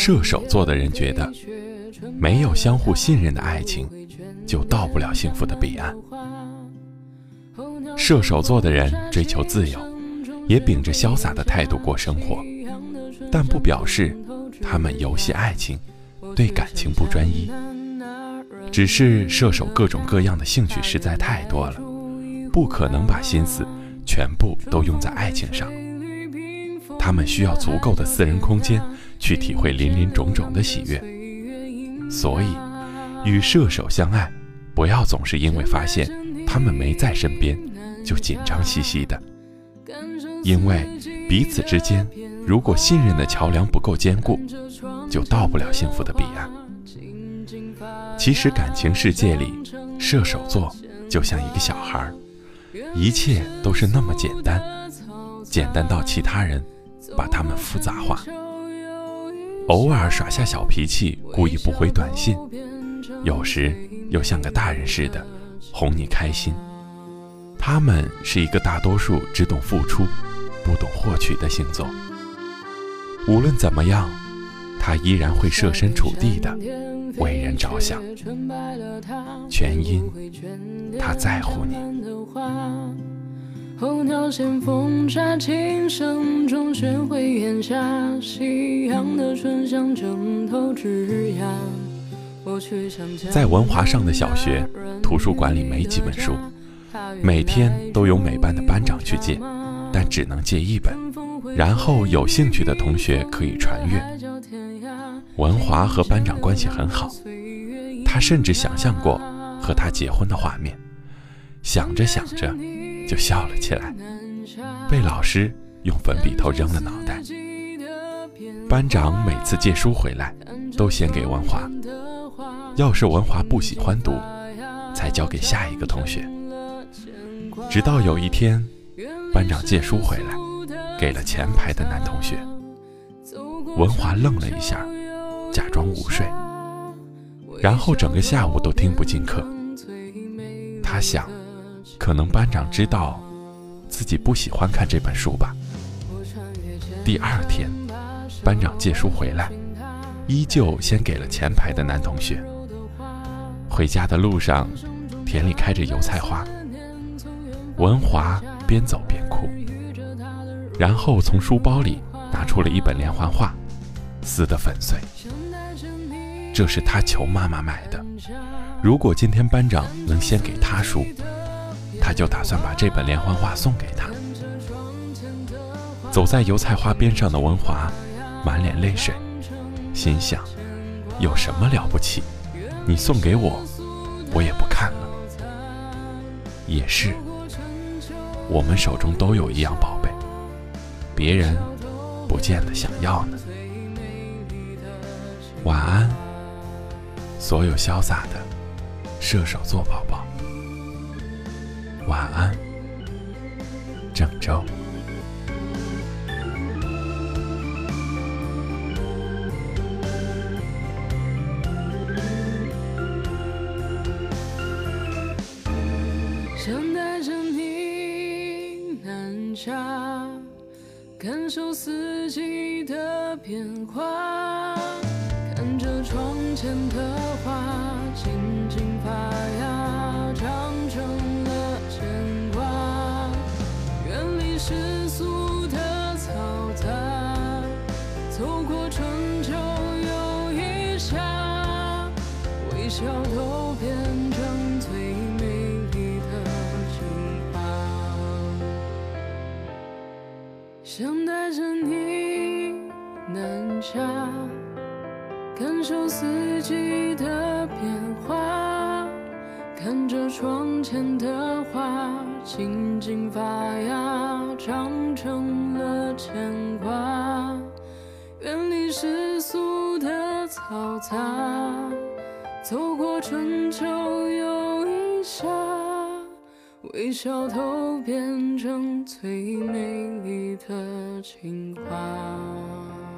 射手座的人觉得，没有相互信任的爱情，就到不了幸福的彼岸。射手座的人追求自由，也秉着潇洒的态度过生活，但不表示他们游戏爱情，对感情不专一。只是射手各种各样的兴趣实在太多了，不可能把心思全部都用在爱情上。他们需要足够的私人空间去体会林林种种的喜悦。所以与射手相爱，不要总是因为发现他们没在身边就紧张兮兮的，因为彼此之间如果信任的桥梁不够坚固，就到不了幸福的彼岸。其实感情世界里，射手座就像一个小孩，一切都是那么简单，简单到其他人把他们复杂化。偶尔耍下小脾气，故意不回短信，有时又像个大人似的哄你开心。他们是一个大多数只懂付出不懂获取的星座。无论怎么样，他依然会设身处地的为人着想，全因他在乎你。 候鸟衔风沙，琴声中学会檐下，夕阳的醇香枕头枝桠。 在文华上的小学，图书馆里没几本书，每天都有每班的班长去借，但只能借一本，然后有兴趣的同学可以传阅。文华和班长关系很好，他甚至想象过和他结婚的画面，想着想着就笑了起来，被老师用粉笔头扔了脑袋。班长每次借书回来都先给文华，要是文华不喜欢读，才交给下一个同学。直到有一天，班长借书回来给了前排的男同学，文华愣了一下，假装午睡，然后整个下午都听不进课。他想，可能班长知道自己不喜欢看这本书吧。第二天，班长借书回来，依旧先给了前排的男同学。回家的路上，田里开着油菜花，文华边走边哭，然后从书包里拿出了一本连环画，撕得粉碎。这是他求妈妈买的，如果今天班长能先给他书，他就打算把这本连环画送给他。走在油菜花边上的文华满脸泪水，心想，有什么了不起，你送给我，我也不看了。也是，我们手中都有一样宝贝，别人不见得想要呢。晚安，所有潇洒的射手座宝宝。晚安，郑州。 想带着你南下，感受四季的变化，看着窗前的花静静发芽，长成了牵挂，远离世俗的嘈杂，走过春秋又一夏，微笑都变成最美丽的情话。想带着你南下，感受四季的变化，看着窗前的花静静发芽，长成了牵挂，远离世俗的嘈杂，走过春秋又一夏，微笑都变成最美丽的情话。